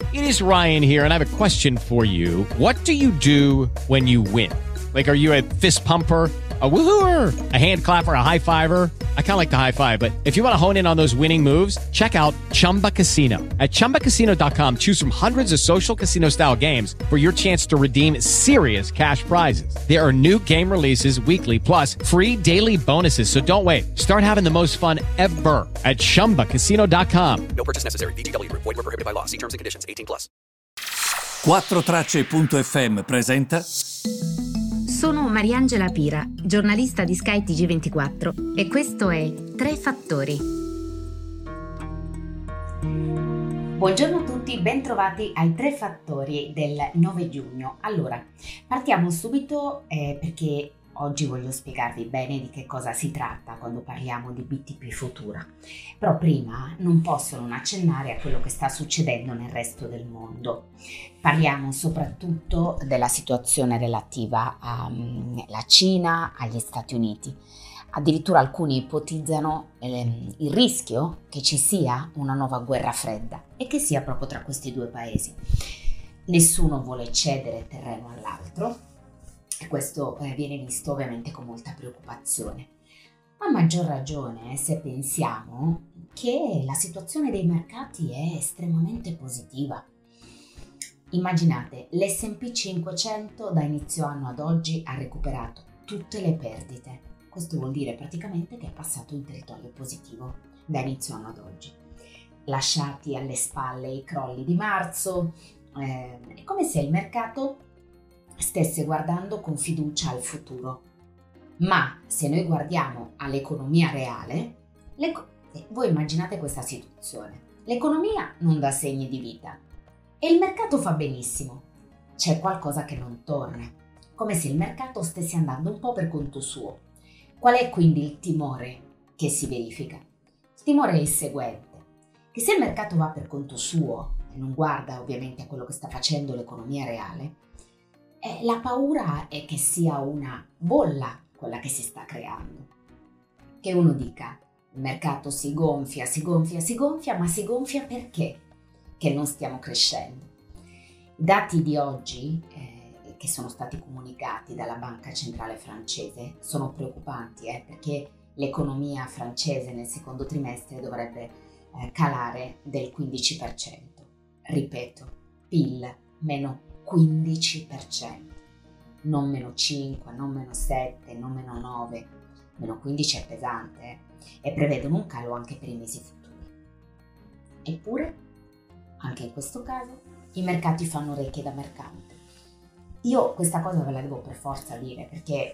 It is Ryan here, and I have a question for you. What do you do when you win? Like, are you a fist pumper, a woohooer, a hand clapper, a high fiver? I kind of like the high five, but if you want to hone in on those winning moves, check out Chumba Casino. At ChumbaCasino.com, choose from hundreds of social casino style games for your chance to redeem serious cash prizes. There are new game releases weekly, plus free daily bonuses. So don't wait. Start having the most fun ever at ChumbaCasino.com. No purchase necessary. VGW Group. Void where prohibited by law. See terms and conditions. 18+. 4Tracce.fm presenta. Sono Mariangela Pira, giornalista di Sky TG24 e questo è Tre Fattori. Buongiorno a tutti, ben trovati ai Tre Fattori del 9 giugno. Allora, partiamo subito perché oggi voglio spiegarvi bene di che cosa si tratta quando parliamo di BTP Futura. Però prima non posso non accennare a quello che sta succedendo nel resto del mondo. Parliamo soprattutto della situazione relativa alla Cina, agli Stati Uniti. Addirittura alcuni ipotizzano il rischio che ci sia una nuova guerra fredda e che sia proprio tra questi due paesi. Nessuno vuole cedere terreno all'altro. E questo viene visto ovviamente con molta preoccupazione. A maggior ragione se pensiamo che la situazione dei mercati è estremamente positiva. Immaginate, l'S&P 500 da inizio anno ad oggi ha recuperato tutte le perdite. Questo vuol dire praticamente che è passato in territorio positivo da inizio anno ad oggi. Lasciati alle spalle i crolli di marzo, è come se il mercato stesse guardando con fiducia al futuro. Ma se noi guardiamo all'economia reale, voi immaginate questa situazione. L'economia non dà segni di vita e il mercato fa benissimo. C'è qualcosa che non torna, come se il mercato stesse andando un po' per conto suo. Qual è quindi il timore che si verifica? Il timore è il seguente, che se il mercato va per conto suo e non guarda ovviamente a quello che sta facendo l'economia reale, la paura è che sia una bolla quella che si sta creando. Che uno dica, il mercato si gonfia, ma si gonfia perché? Che non stiamo crescendo. I dati di oggi, che sono stati comunicati dalla Banca Centrale francese, sono preoccupanti, perché l'economia francese nel secondo trimestre dovrebbe calare del 15%. Ripeto, PIL meno 15%, non meno 5, non meno 7, non meno 9, meno 15 è pesante e prevedono un calo anche per i mesi futuri. Eppure, anche in questo caso, i mercati fanno orecchie da mercante. Io questa cosa ve la devo per forza dire perché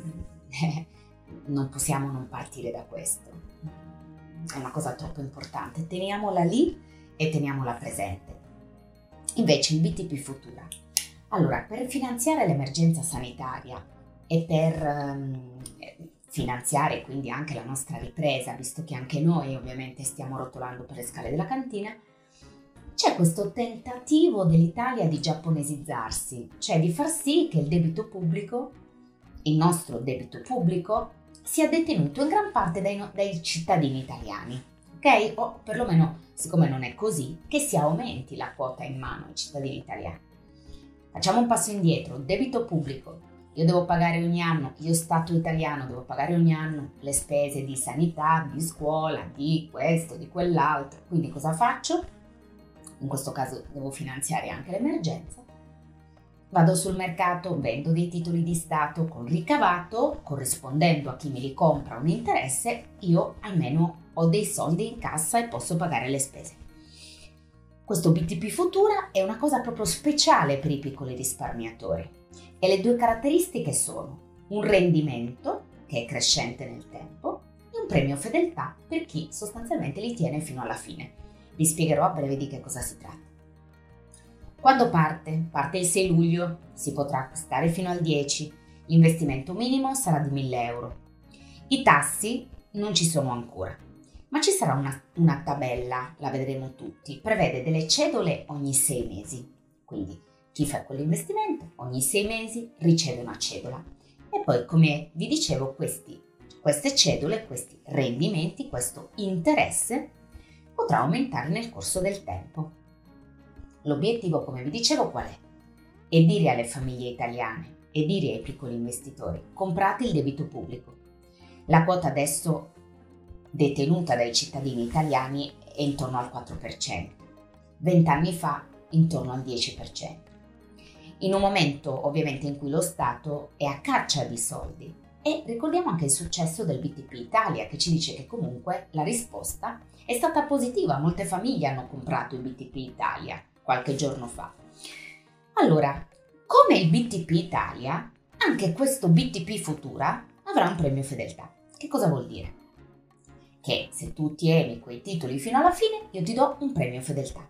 non possiamo non partire da questo. È una cosa troppo importante, teniamola lì e teniamola presente. Invece il BTP Futura. Allora, per finanziare l'emergenza sanitaria e per finanziare quindi anche la nostra ripresa, visto che anche noi ovviamente stiamo rotolando per le scale della cantina, c'è questo tentativo dell'Italia di giapponesizzarsi, cioè di far sì che il debito pubblico, il nostro debito pubblico, sia detenuto in gran parte dai cittadini italiani, ok? O perlomeno, siccome non è così, che si aumenti la quota in mano ai cittadini italiani. Facciamo un passo indietro, debito pubblico. Io devo pagare ogni anno, io Stato italiano devo pagare ogni anno le spese di sanità, di scuola, di questo, di quell'altro. Quindi cosa faccio? In questo caso devo finanziare anche l'emergenza. Vado sul mercato, vendo dei titoli di Stato con ricavato, corrispondendo a chi me li compra un interesse, io almeno ho dei soldi in cassa e posso pagare le spese. Questo BTP Futura è una cosa proprio speciale per i piccoli risparmiatori e le due caratteristiche sono un rendimento che è crescente nel tempo e un premio fedeltà per chi sostanzialmente li tiene fino alla fine. Vi spiegherò a breve di che cosa si tratta. Quando parte? Parte il 6 luglio, si potrà acquistare fino al 10, l'investimento minimo sarà di 1.000 euro. I tassi non ci sono ancora. Ma ci sarà una tabella, la vedremo tutti, prevede delle cedole ogni 6 mesi. Quindi chi fa quell'investimento ogni 6 mesi riceve una cedola. E poi, come vi dicevo, queste cedole, questi rendimenti, questo interesse potrà aumentare nel corso del tempo. l'obiettivo, come vi dicevo, qual è? È dire alle famiglie italiane e dire ai piccoli investitori: comprate il debito pubblico. La quota adesso detenuta dai cittadini italiani è intorno al 4%, 20 anni fa intorno al 10%. In un momento ovviamente in cui lo Stato è a caccia di soldi. E ricordiamo anche il successo del BTP Italia, che ci dice che comunque la risposta è stata positiva. Molte famiglie hanno comprato il BTP Italia qualche giorno fa. Allora, come il BTP Italia, anche questo BTP Futura avrà un premio fedeltà. Che cosa vuol dire? Che se tu tieni quei titoli fino alla fine, io ti do un premio fedeltà.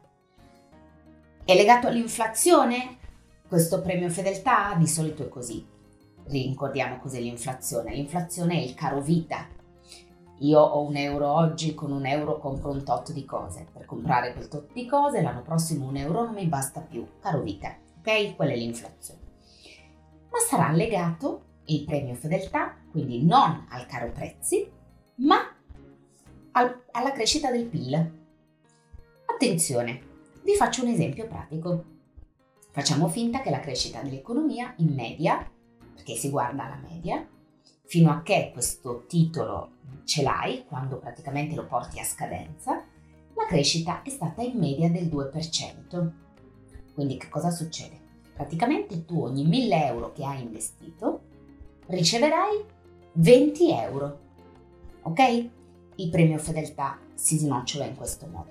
È legato all'inflazione? Questo premio fedeltà di solito è così. Ricordiamo cos'è l'inflazione. L'inflazione è il caro vita. Io ho €1 oggi, con €1 compro un tot di cose. Per comprare quel tot di cose l'anno prossimo €1 non mi basta più. Caro vita, ok? Quella è l'inflazione. Ma sarà legato il premio fedeltà, quindi non al caro prezzi, ma alla crescita del PIL. Attenzione, vi faccio un esempio pratico. Facciamo finta che la crescita dell'economia in media, perché si guarda la media, fino a che questo titolo ce l'hai, quando praticamente lo porti a scadenza, la crescita è stata in media del 2%. Quindi che cosa succede? Praticamente tu ogni 1.000 euro che hai investito riceverai 20 euro. Ok? Il premio fedeltà si snocciola in questo modo.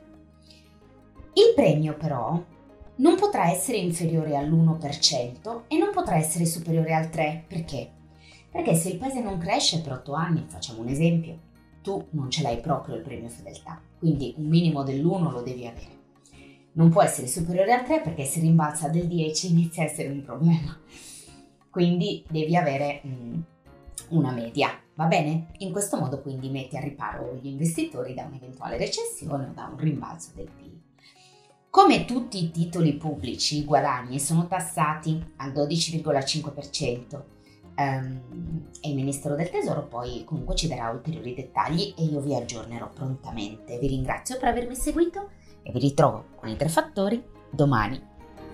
Il premio però non potrà essere inferiore all'1% e non potrà essere superiore al 3%. Perché? Perché se il paese non cresce per 8 anni, facciamo un esempio, tu non ce l'hai proprio il premio fedeltà, quindi un minimo dell'1 lo devi avere. Non può essere superiore al 3 perché se rimbalza del 10 inizia a essere un problema. Quindi devi avere una media, va bene? In questo modo quindi metti a riparo gli investitori da un'eventuale recessione o da un rimbalzo del PIL. Come tutti i titoli pubblici, i guadagni sono tassati al 12,5%. E il Ministero del Tesoro poi comunque ci darà ulteriori dettagli e io vi aggiornerò prontamente. Vi ringrazio per avermi seguito e vi ritrovo con i 3 fattori domani.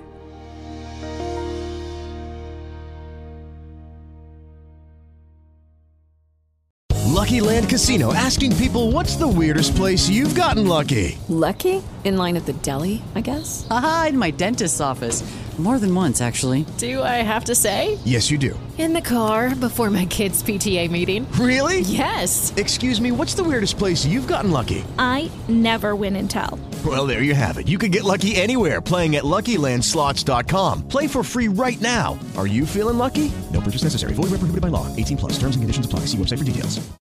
Lucky Land Casino, asking people, what's the weirdest place you've gotten lucky? Lucky? In line at the deli, I guess? Aha, in my dentist's office. More than once, actually. Do I have to say? Yes, you do. In the car before my kids' PTA meeting. Really? Yes. Excuse me, what's the weirdest place you've gotten lucky? I never win and tell. Well, there you have it. You can get lucky anywhere, playing at LuckyLandSlots.com. Play for free right now. Are you feeling lucky? No purchase necessary. Void where prohibited by law. 18+. Terms and conditions apply. See website for details.